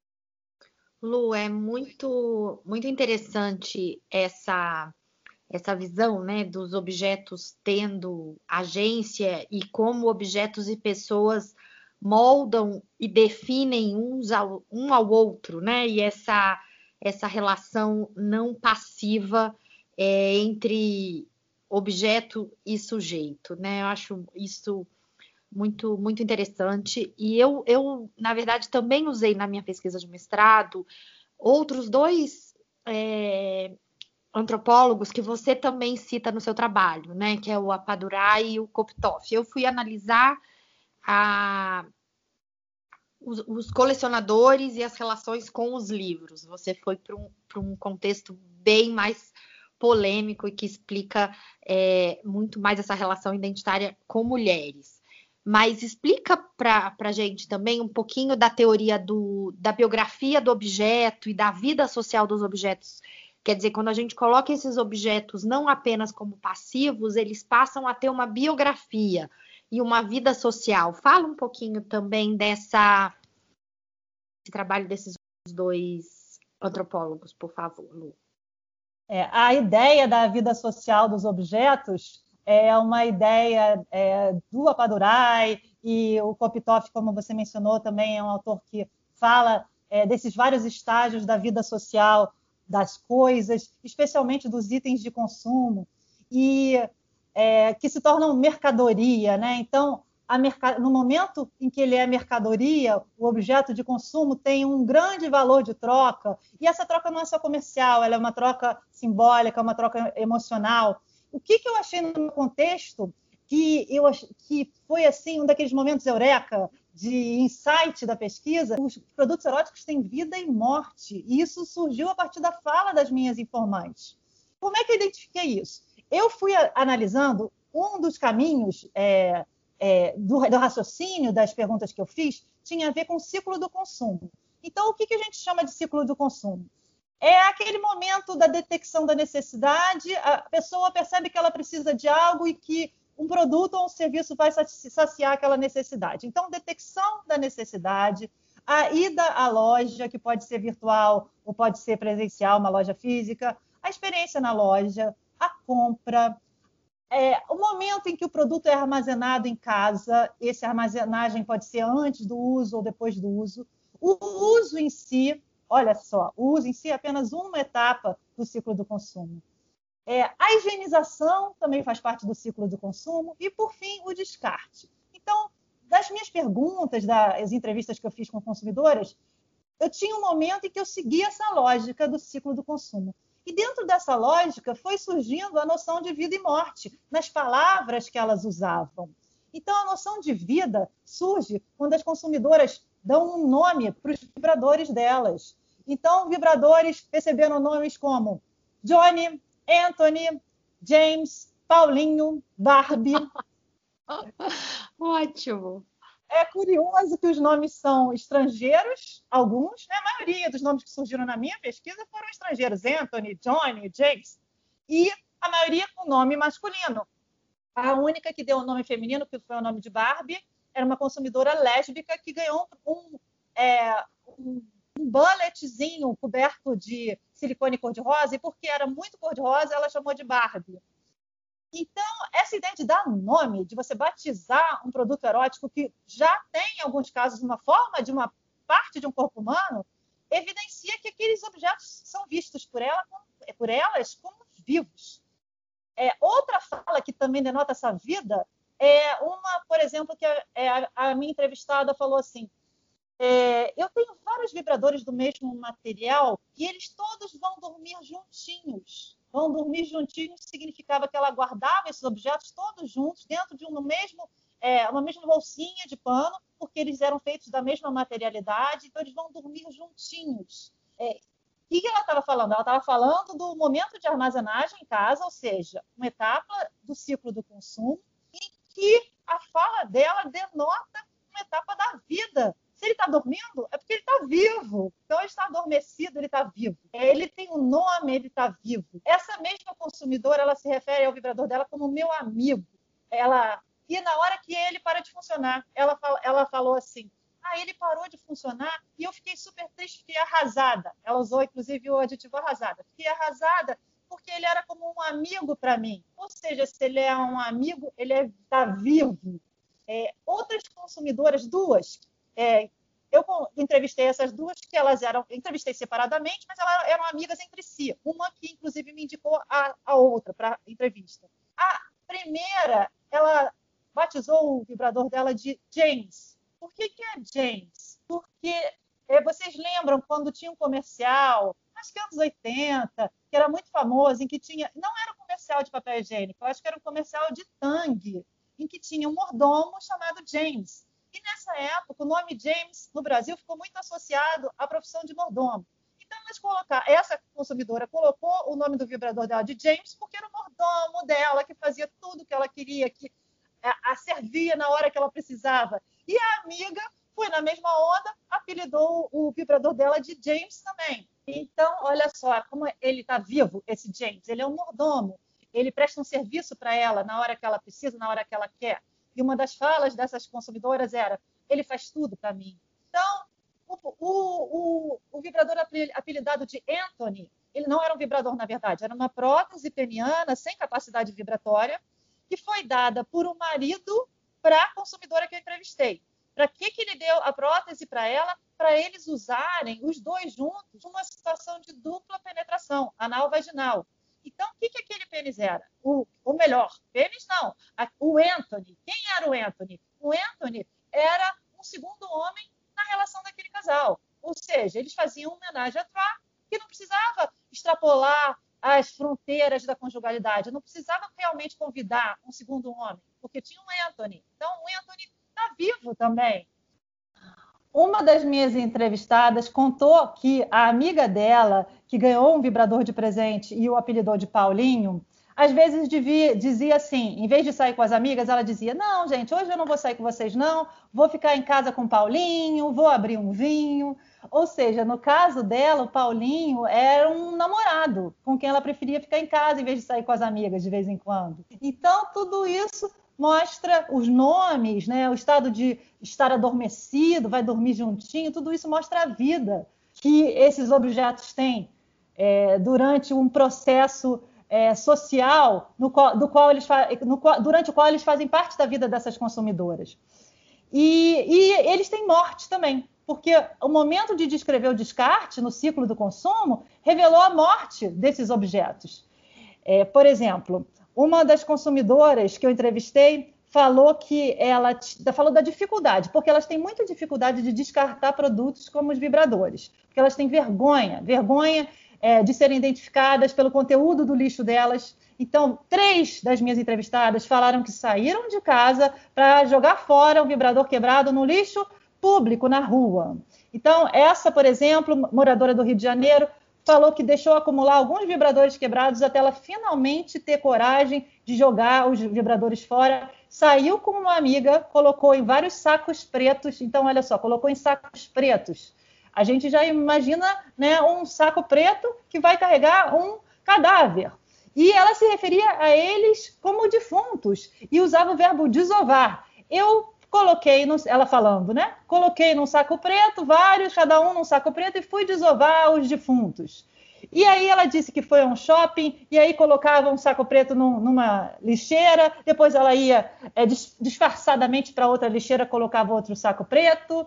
Lu, é muito, muito interessante essa, essa visão, né, dos objetos tendo agência e como objetos e pessoas moldam e definem uns ao, um ao outro, né? E essa, essa relação não passiva é, entre objeto e sujeito, né? Eu acho isso muito, muito interessante. E eu, eu, na verdade, também usei na minha pesquisa de mestrado outros dois é, antropólogos que você também cita no seu trabalho, né? Que é o Apadurai e o Koptov. Eu fui analisar a, os, os colecionadores e as relações com os livros. Você foi para um, para um contexto bem mais polêmico e que explica é, muito mais essa relação identitária com mulheres. Mas explica para a gente também um pouquinho da teoria do, da biografia do objeto e da vida social dos objetos. Quer dizer, quando a gente coloca esses objetos não apenas como passivos, eles passam a ter uma biografia e uma vida social. Fala um pouquinho também dessa esse trabalho desses dois antropólogos, por favor, Lu. É, a ideia da vida social dos objetos, é uma ideia é, do Appadurai, e o Kopitoff, como você mencionou, também é um autor que fala é, desses vários estágios da vida social, das coisas, especialmente dos itens de consumo, e é, que se tornam mercadoria, né? Então, a merc... no momento em que ele é mercadoria, o objeto de consumo tem um grande valor de troca, e essa troca não é só comercial, ela é uma troca simbólica, uma troca emocional. O que, que eu achei no contexto que, eu, que foi assim um daqueles momentos eureka, de insight da pesquisa? Os produtos eróticos têm vida e morte, e isso surgiu a partir da fala das minhas informantes. Como é que eu identifiquei isso? Eu fui analisando um dos caminhos é, é, do, do raciocínio das perguntas que eu fiz, tinha a ver com o ciclo do consumo. Então, o que, que a gente chama de ciclo do consumo? É aquele momento da detecção da necessidade, a pessoa percebe que ela precisa de algo e que um produto ou um serviço vai saciar aquela necessidade. Então, detecção da necessidade, a ida à loja, que pode ser virtual ou pode ser presencial, uma loja física, a experiência na loja, a compra, é, o momento em que o produto é armazenado em casa, essa armazenagem pode ser antes do uso ou depois do uso, o uso em si, olha só, o uso em si é apenas uma etapa do ciclo do consumo. É, a higienização também faz parte do ciclo do consumo e, por fim, o descarte. Então, das minhas perguntas, das entrevistas que eu fiz com consumidoras, eu tinha um momento em que eu seguia essa lógica do ciclo do consumo. E dentro dessa lógica foi surgindo a noção de vida e morte, nas palavras que elas usavam. Então, a noção de vida surge quando as consumidoras dão um nome para os vibradores delas. Então, vibradores receberam nomes como Johnny, Anthony, James, Paulinho, Barbie. Ótimo. É curioso que os nomes são estrangeiros, alguns, né? A maioria dos nomes que surgiram na minha pesquisa foram estrangeiros, Anthony, Johnny, James, e a maioria com nome masculino. A única que deu o nome feminino, que foi o nome de Barbie, era uma consumidora lésbica que ganhou um, é, um, um bulletzinho coberto de silicone cor-de-rosa, e porque era muito cor-de-rosa, ela chamou de Barbie. Então, essa ideia de dar um nome, de você batizar um produto erótico que já tem, em alguns casos, uma forma de uma parte de um corpo humano, evidencia que aqueles objetos são vistos por, ela, por elas como vivos. É, outra fala que também denota essa vida é uma, por exemplo, que a, a minha entrevistada falou assim, é, eu tenho vários vibradores do mesmo material e eles todos vão dormir juntinhos. Vão dormir juntinhos significava que ela guardava esses objetos todos juntos dentro de um mesmo, é, uma mesma bolsinha de pano, porque eles eram feitos da mesma materialidade, então eles vão dormir juntinhos. É, o que ela estava falando? Ela estava falando do momento de armazenagem em casa, ou seja, uma etapa do ciclo do consumo, em que a fala dela denota uma etapa da vida. Se ele está dormindo, é porque ele está vivo. Então, ele está adormecido, ele está vivo. Ele tem um nome, ele está vivo. Essa mesma consumidora, ela se refere ao vibrador dela como meu amigo. Ela... E na hora que ele para de funcionar, ela, fala... ela falou assim, ah, ele parou de funcionar e eu fiquei super triste, fiquei arrasada. Ela usou, inclusive, o adjetivo arrasada. Fiquei arrasada porque ele era como um amigo para mim. Ou seja, se ele é um amigo, ele está vivo. É, outras consumidoras, duas, é, eu entrevistei essas duas, que elas eram, entrevistei separadamente, mas elas eram amigas entre si. Uma que, inclusive, me indicou a, a outra para a entrevista. A primeira, ela batizou o vibrador dela de James. Por que, que é James? Porque é, vocês lembram quando tinha um comercial, acho que anos oitenta, que era muito famoso, em que tinha, não era um comercial de papel higiênico, eu acho que era um comercial de Tang, em que tinha um mordomo chamado James. E nessa época, o nome James no Brasil ficou muito associado à profissão de mordomo. Então, elas colocaram, essa consumidora colocou o nome do vibrador dela de James porque era o mordomo dela, que fazia tudo o que ela queria, que a, a servia na hora que ela precisava. E a amiga foi na mesma onda, apelidou o vibrador dela de James também. Então, olha só, como ele está vivo, esse James. Ele é um mordomo. Ele presta um serviço para ela na hora que ela precisa, na hora que ela quer. E uma das falas dessas consumidoras era, ele faz tudo para mim. Então, o, o, o, o vibrador apelidado de Anthony, ele não era um vibrador, na verdade, era uma prótese peniana sem capacidade vibratória, que foi dada por um marido para a consumidora que eu entrevistei. Para que, que ele deu a prótese para ela? Para eles usarem os dois juntos numa situação de dupla penetração, anal-vaginal. Então, o que, que aquele pênis era? O, o melhor, pênis não, a, o Anthony. Quem era o Anthony? O Anthony era um segundo homem na relação daquele casal. Ou seja, eles faziam um ménage à trois que não precisava extrapolar as fronteiras da conjugalidade, não precisava realmente convidar um segundo homem, porque tinha um Anthony. Então, o Anthony está vivo também. Uma das minhas entrevistadas contou que a amiga dela, que ganhou um vibrador de presente e o apelidou de Paulinho, às vezes devia, dizia assim, em vez de sair com as amigas, ela dizia, não, gente, hoje eu não vou sair com vocês, não, vou ficar em casa com o Paulinho, vou abrir um vinho. Ou seja, no caso dela, o Paulinho era um namorado com quem ela preferia ficar em casa em vez de sair com as amigas de vez em quando. Então, tudo isso mostra os nomes, né? O estado de estar adormecido, vai dormir juntinho, tudo isso mostra a vida que esses objetos têm é, durante um processo é, social no qual, do qual eles no qual, durante o qual eles fazem parte da vida dessas consumidoras. E, e eles têm morte também, porque o momento de descrever o descarte no ciclo do consumo revelou a morte desses objetos. É, por exemplo, uma das consumidoras que eu entrevistei falou que ela falou da dificuldade, porque elas têm muita dificuldade de descartar produtos como os vibradores, porque elas têm vergonha, vergonha é, de serem identificadas pelo conteúdo do lixo delas. Então, três das minhas entrevistadas falaram que saíram de casa para jogar fora um vibrador quebrado no lixo público, na rua. Então, essa, por exemplo, moradora do Rio de Janeiro, falou que deixou acumular alguns vibradores quebrados até ela finalmente ter coragem de jogar os vibradores fora. Saiu com uma amiga, colocou em vários sacos pretos. Então, olha só, colocou em sacos pretos. A gente já imagina, né, um saco preto que vai carregar um cadáver. E ela se referia a eles como defuntos e usava o verbo desovar. Eu coloquei, no, ela falando, né? Coloquei num saco preto, vários, cada um num saco preto, e fui desovar os defuntos. E aí ela disse que foi a um shopping, e aí colocava um saco preto num, numa lixeira, depois ela ia é, disfarçadamente para outra lixeira, colocava outro saco preto,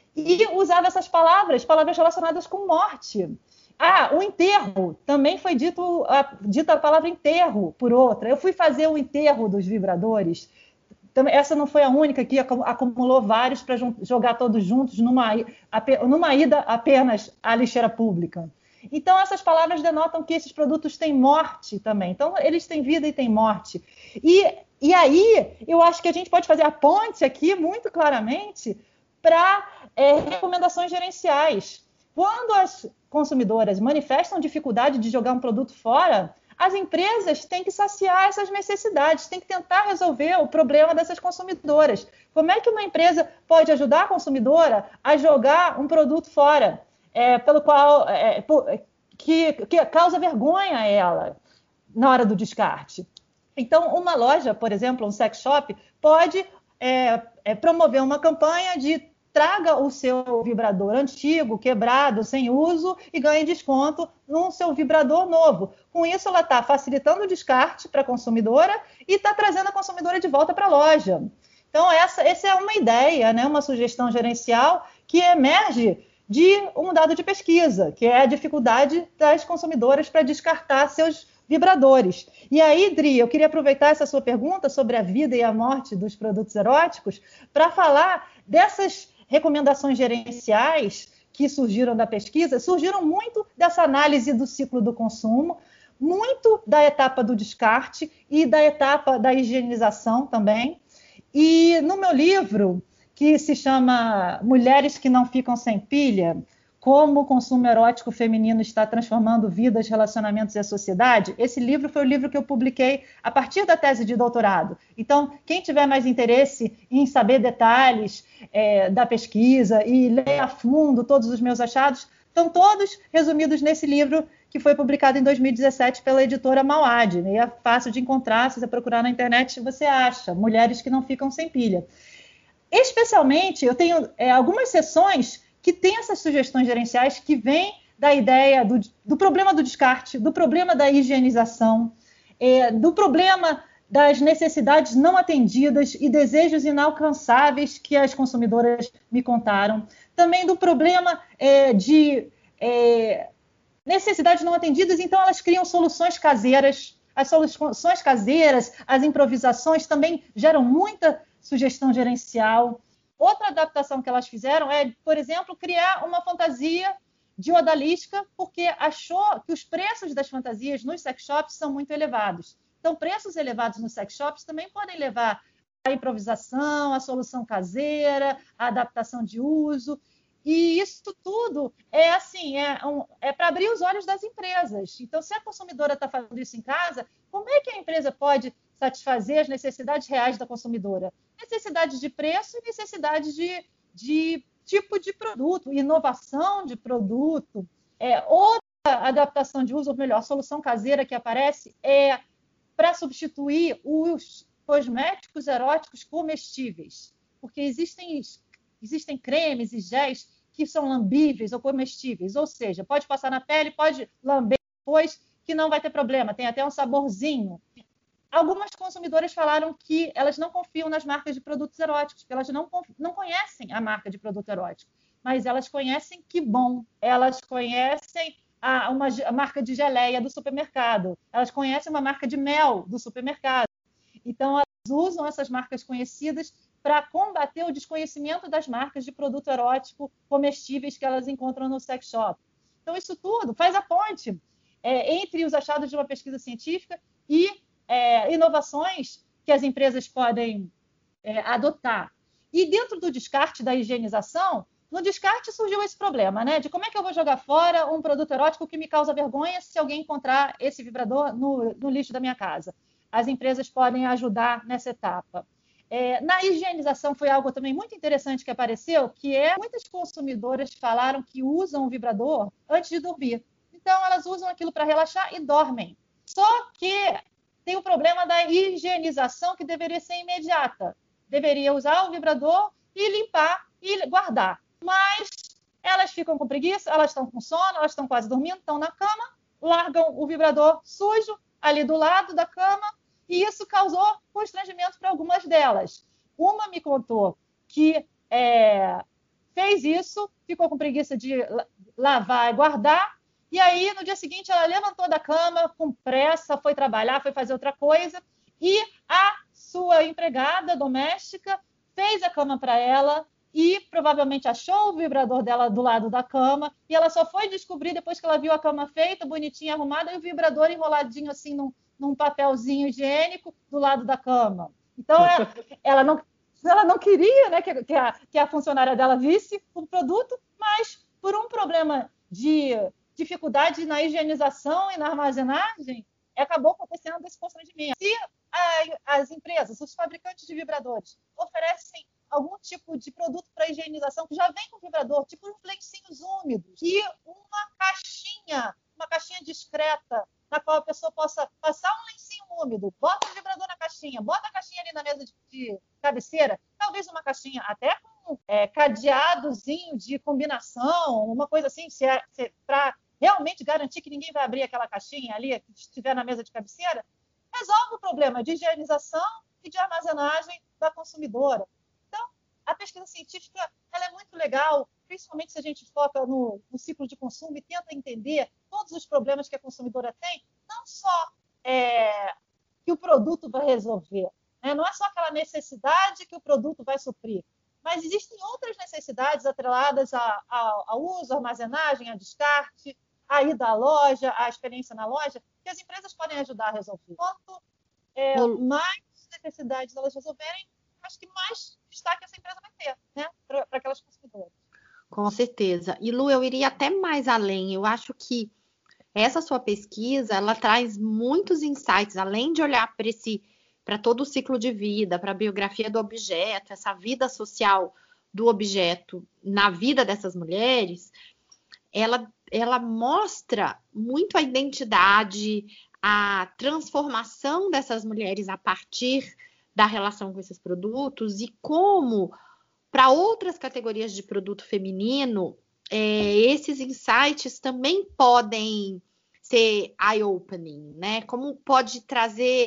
e usava essas palavras, palavras relacionadas com morte. Ah, o enterro, também foi dito a, dita a palavra enterro por outra. Eu fui fazer o enterro dos vibradores. Essa não foi a única que acumulou vários para jogar todos juntos numa, numa ida apenas à lixeira pública. Então, essas palavras denotam que esses produtos têm morte também. Então, eles têm vida e têm morte. E, e aí, eu acho que a gente pode fazer a ponte aqui, muito claramente, para é, recomendações gerenciais. Quando as consumidoras manifestam dificuldade de jogar um produto fora, as empresas têm que saciar essas necessidades, têm que tentar resolver o problema dessas consumidoras. Como é que uma empresa pode ajudar a consumidora a jogar um produto fora, é, pelo qual, é, que, que causa vergonha a ela na hora do descarte? Então, uma loja, por exemplo, um sex shop, pode é, é, promover uma campanha de traga o seu vibrador antigo, quebrado, sem uso e ganhe desconto no seu vibrador novo. Com isso, ela está facilitando o descarte para a consumidora e está trazendo a consumidora de volta para a loja. Então, essa, essa é uma ideia, né? Uma sugestão gerencial que emerge de um dado de pesquisa, que é a dificuldade das consumidoras para descartar seus vibradores. E aí, Dri, eu queria aproveitar essa sua pergunta sobre a vida e a morte dos produtos eróticos para falar dessas recomendações gerenciais que surgiram da pesquisa, surgiram muito dessa análise do ciclo do consumo, muito da etapa do descarte e da etapa da higienização também. E no meu livro, que se chama Mulheres que não ficam sem pilha, como o consumo erótico feminino está transformando vidas, relacionamentos e a sociedade, esse livro foi o livro que eu publiquei a partir da tese de doutorado. Então, quem tiver mais interesse em saber detalhes é, da pesquisa e ler a fundo todos os meus achados, estão todos resumidos nesse livro que foi publicado em dois mil e dezessete pela editora Mauad. E é fácil de encontrar, se você procurar na internet, você acha. Mulheres que não ficam sem pilha. Especialmente, eu tenho é, algumas sessões que tem essas sugestões gerenciais que vêm da ideia do, do problema do descarte, do problema da higienização, é, do problema das necessidades não atendidas e desejos inalcançáveis que as consumidoras me contaram. Também do problema é, de é, necessidades não atendidas, então elas criam soluções caseiras. As soluções caseiras, as improvisações também geram muita sugestão gerencial. Outra adaptação que elas fizeram é, por exemplo, criar uma fantasia de odalisca, porque achou que os preços das fantasias nos sex shops são muito elevados. Então, preços elevados nos sex shops também podem levar à improvisação, à solução caseira, à adaptação de uso. E isso tudo é assim, é, um, é para abrir os olhos das empresas. Então, se a consumidora está fazendo isso em casa, como é que a empresa pode satisfazer as necessidades reais da consumidora? Necessidades de preço e necessidades de, de tipo de produto, inovação de produto. É, outra adaptação de uso, ou melhor, solução caseira que aparece é para substituir os cosméticos eróticos comestíveis, porque existem, existem cremes e géis que são lambíveis ou comestíveis, ou seja, pode passar na pele, pode lamber depois, que não vai ter problema, tem até um saborzinho. Algumas consumidoras falaram que elas não confiam nas marcas de produtos eróticos, porque elas não, não conhecem a marca de produto erótico, mas elas conhecem Que Bom, elas conhecem a, uma, a marca de geleia do supermercado, elas conhecem uma marca de mel do supermercado. Então, elas usam essas marcas conhecidas para combater o desconhecimento das marcas de produto erótico comestíveis que elas encontram no sex shop. Então, isso tudo faz a ponte é, entre os achados de uma pesquisa científica e é, inovações que as empresas podem é, adotar. E dentro do descarte da higienização, no descarte surgiu esse problema, né? De como é que eu vou jogar fora um produto erótico que me causa vergonha se alguém encontrar esse vibrador no, no lixo da minha casa. As empresas podem ajudar nessa etapa. É, na higienização foi algo também muito interessante que apareceu, que é muitas consumidoras falaram que usam o vibrador antes de dormir. Então, elas usam aquilo para relaxar e dormem. Só que tem o problema da higienização que deveria ser imediata. Deveria usar o vibrador e limpar e guardar. Mas elas ficam com preguiça, elas estão com sono, elas estão quase dormindo, estão na cama, largam o vibrador sujo ali do lado da cama, e isso causou constrangimento para algumas delas. Uma me contou que é, fez isso, ficou com preguiça de lavar e guardar, e aí no dia seguinte ela levantou da cama com pressa, foi trabalhar, foi fazer outra coisa, e a sua empregada doméstica fez a cama para ela e provavelmente achou o vibrador dela do lado da cama, e ela só foi descobrir depois que ela viu a cama feita, bonitinha, arrumada, e o vibrador enroladinho assim num, num papelzinho higiênico do lado da cama. Então, ela, ela, não, ela não queria, né, que, que, a, que a funcionária dela visse o produto, mas por um problema de dificuldade na higienização e na armazenagem, acabou acontecendo esse constrangimento. Se a, as empresas, os fabricantes de vibradores, oferecem algum tipo de produto para higienização que já vem com vibrador, tipo uns lencinhos úmidos e uma caixinha, uma caixinha discreta, na qual a pessoa possa passar um lencinho úmido, bota o vibrador na caixinha, bota a caixinha ali na mesa de, de cabeceira, talvez uma caixinha até com é, cadeadozinho de combinação, uma coisa assim, se é, se, para realmente garantir que ninguém vai abrir aquela caixinha ali, que estiver na mesa de cabeceira, resolve o problema de higienização e de armazenagem da consumidora. A pesquisa científica ela é muito legal, principalmente se a gente foca no, no ciclo de consumo e tenta entender todos os problemas que a consumidora tem, não só é, que o produto vai resolver, né? Não é só aquela necessidade que o produto vai suprir, mas existem outras necessidades atreladas a, a, ao uso, à armazenagem, a descarte, a ida à loja, a experiência na loja, que as empresas podem ajudar a resolver. Quanto é, mais necessidades elas resolverem, acho que mais destaque essa empresa vai ter, né, para aquelas consumidoras. Com certeza. E, Lu, eu iria até mais além. Eu acho que essa sua pesquisa, ela traz muitos insights, além de olhar para esse, para todo o ciclo de vida, para a biografia do objeto, essa vida social do objeto na vida dessas mulheres, ela, ela mostra muito a identidade, a transformação dessas mulheres a partir da relação com esses produtos e como, para outras categorias de produto feminino, é, esses insights também podem ser eye-opening, né? Como pode trazer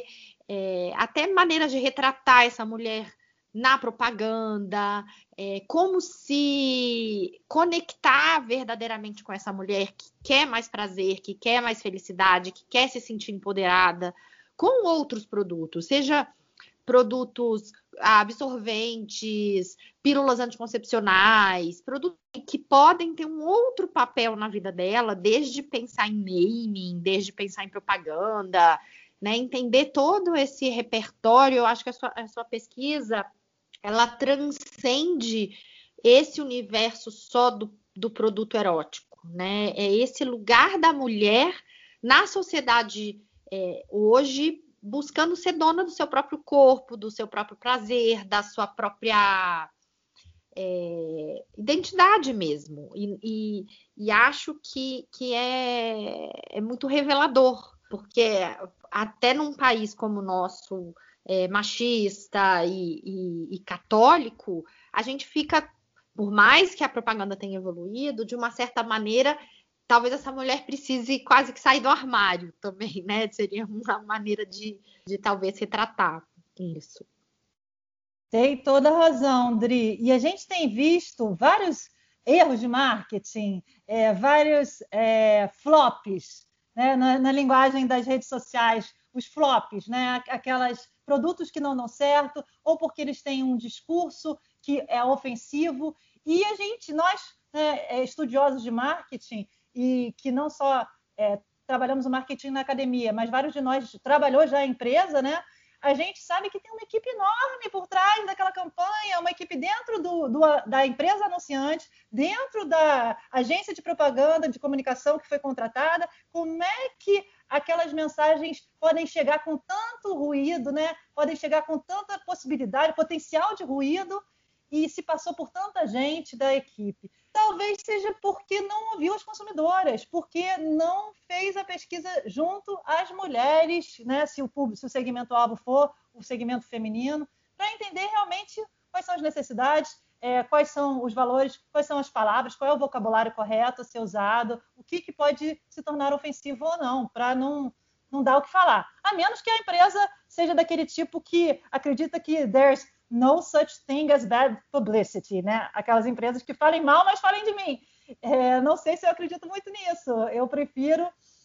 é, até maneiras de retratar essa mulher na propaganda, é, como se conectar verdadeiramente com essa mulher que quer mais prazer, que quer mais felicidade, que quer se sentir empoderada com outros produtos, seja produtos absorventes, pílulas anticoncepcionais, produtos que podem ter um outro papel na vida dela, desde pensar em naming, desde pensar em propaganda, né, entender todo esse repertório. Eu acho que a sua, a sua pesquisa ela transcende esse universo só do, do produto erótico, né? É esse lugar da mulher na sociedade é, hoje, buscando ser dona do seu próprio corpo, do seu próprio prazer, da sua própria é, identidade mesmo. E, e, e acho que, que é, é muito revelador, porque até num país como o nosso, É, machista e, e, e católico, a gente fica, por mais que a propaganda tenha evoluído, de uma certa maneira, talvez essa mulher precise quase que sair do armário também, né? Seria uma maneira de, de talvez retratar isso. Tem toda a razão, Dri. E a gente tem visto vários erros de marketing, é, vários é, flops, né? na, na linguagem das redes sociais, os flops, né? Aquelas produtos que não dão certo, ou porque eles têm um discurso que é ofensivo. E a gente, nós, né, estudiosos de marketing, e que não só é, trabalhamos o marketing na academia, mas vários de nós trabalhou já em empresa, né? A gente sabe que tem uma equipe enorme por trás daquela campanha, uma equipe dentro do, do, da empresa anunciante, dentro da agência de propaganda, de comunicação que foi contratada. Como é que aquelas mensagens podem chegar com tanto ruído, né? Podem chegar com tanta possibilidade, potencial de ruído, e se passou por tanta gente da equipe? Talvez seja porque não ouviu as consumidoras, porque não fez a pesquisa junto às mulheres, né? Se o público, se o segmento-alvo for o segmento feminino, para entender realmente quais são as necessidades, é, quais são os valores, quais são as palavras, qual é o vocabulário correto a ser usado, o que, que pode se tornar ofensivo ou não, para não, não dar o que falar. A menos que a empresa seja daquele tipo que acredita que there's no such thing as bad publicity, né? Aquelas empresas que falem mal, mas falem de mim. É, não sei se eu acredito muito nisso. Eu prefiro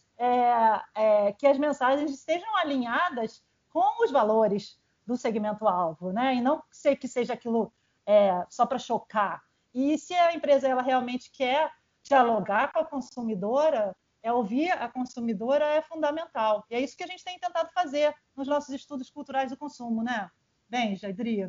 é, é, que as mensagens estejam alinhadas com os valores do segmento-alvo, né? E não que seja aquilo é, só para chocar. E se a empresa ela realmente quer dialogar com a consumidora, é ouvir a consumidora é fundamental. E é isso que a gente tem tentado fazer nos nossos estudos culturais do consumo, né? Benja, Adri.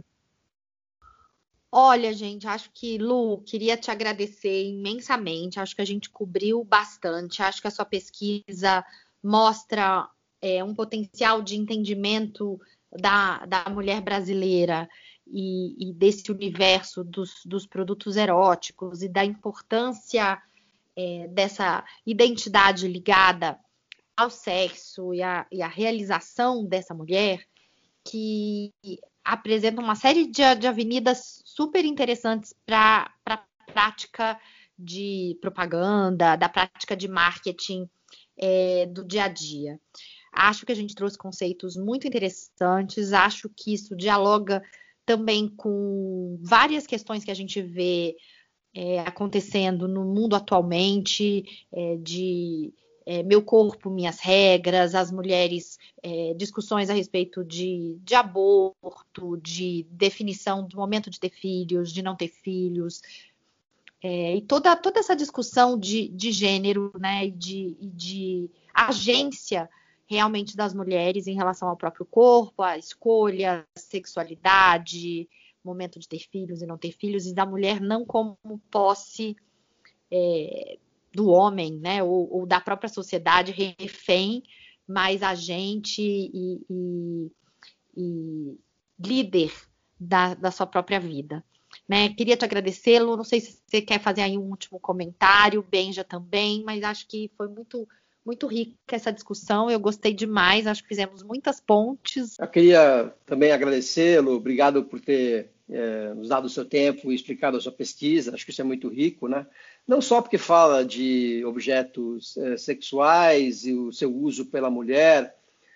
Olha, gente, acho que, Lu, queria te agradecer imensamente. Acho que a gente cobriu bastante. Acho que a sua pesquisa mostra é, um potencial de entendimento da, da mulher brasileira e, e desse universo dos, dos produtos eróticos e da importância é, dessa identidade ligada ao sexo e à e à realização dessa mulher, que apresenta uma série de, de avenidas super interessantes para a prática de propaganda, da prática de marketing é, do dia a dia. Acho que a gente trouxe conceitos muito interessantes, acho que isso dialoga também com várias questões que a gente vê é, acontecendo no mundo atualmente, é, de é, meu corpo, minhas regras, as mulheres, é, discussões a respeito de, de aborto, de definição do momento de ter filhos, de não ter filhos, é, e toda, toda essa discussão de, de gênero, né, e de, de agência realmente das mulheres em relação ao próprio corpo, a escolha, a sexualidade, momento de ter filhos e não ter filhos, e da mulher não como posse é, do homem, né, ou, ou da própria sociedade refém, mas agente e, e, e líder da, da sua própria vida. Né? Queria te agradecer, Lu, não sei se você quer fazer aí um último comentário, Benja também, mas acho que foi muito, muito rica essa discussão, eu gostei demais, acho que fizemos muitas pontes. Eu queria também agradecê-lo, obrigado por ter é, nos dado o seu tempo e explicado a sua pesquisa, acho que isso é muito rico, né? Não só porque fala de objetos é, sexuais e o seu uso pela mulher,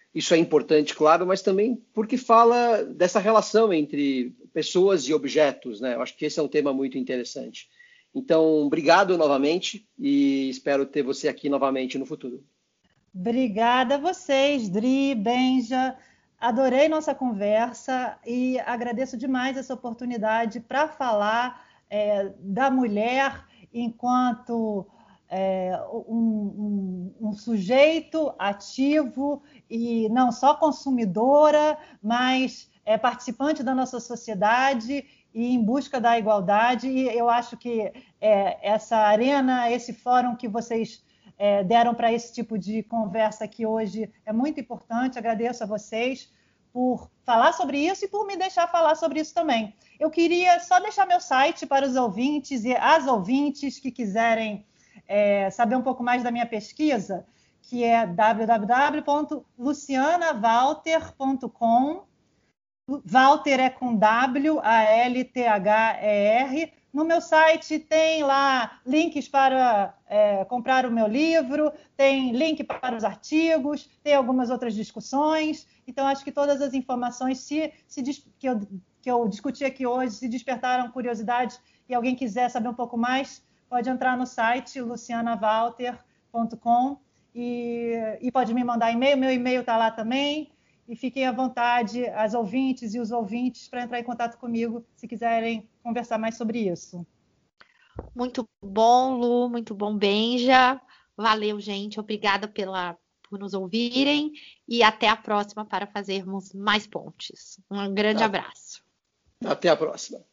isso é importante, claro, mas também porque fala dessa relação entre pessoas e objetos, né? Eu acho que esse é um tema muito interessante. Então, obrigado novamente e espero ter você aqui novamente no futuro. Obrigada a vocês, Dri, Benja. Adorei nossa conversa e agradeço demais essa oportunidade para falar é, da mulher enquanto é, um, um, um sujeito ativo e não só consumidora, mas é, participante da nossa sociedade e em busca da igualdade. E eu acho que é, essa arena, esse fórum que vocês é, deram para esse tipo de conversa aqui hoje é muito importante. Agradeço a vocês por falar sobre isso e por me deixar falar sobre isso também. Eu queria só deixar meu site para os ouvintes e as ouvintes que quiserem é, saber um pouco mais da minha pesquisa, que é w w w ponto luciana walter ponto com. Walter é com W, A L T H E R. No meu site tem lá links para é, comprar o meu livro, tem link para os artigos, tem algumas outras discussões. Então, acho que todas as informações se, se, que, eu, que eu discuti aqui hoje, se despertaram curiosidade e alguém quiser saber um pouco mais, pode entrar no site luciana walter ponto com e, e pode me mandar e-mail. Meu e-mail está lá também. E fiquem à vontade, as ouvintes e os ouvintes, para entrar em contato comigo, se quiserem conversar mais sobre isso. Muito bom, Lu, muito bom, Benja. Valeu, gente. Obrigada pela, por nos ouvirem e até a próxima para fazermos mais pontes. Um grande Tá. abraço. Até a próxima.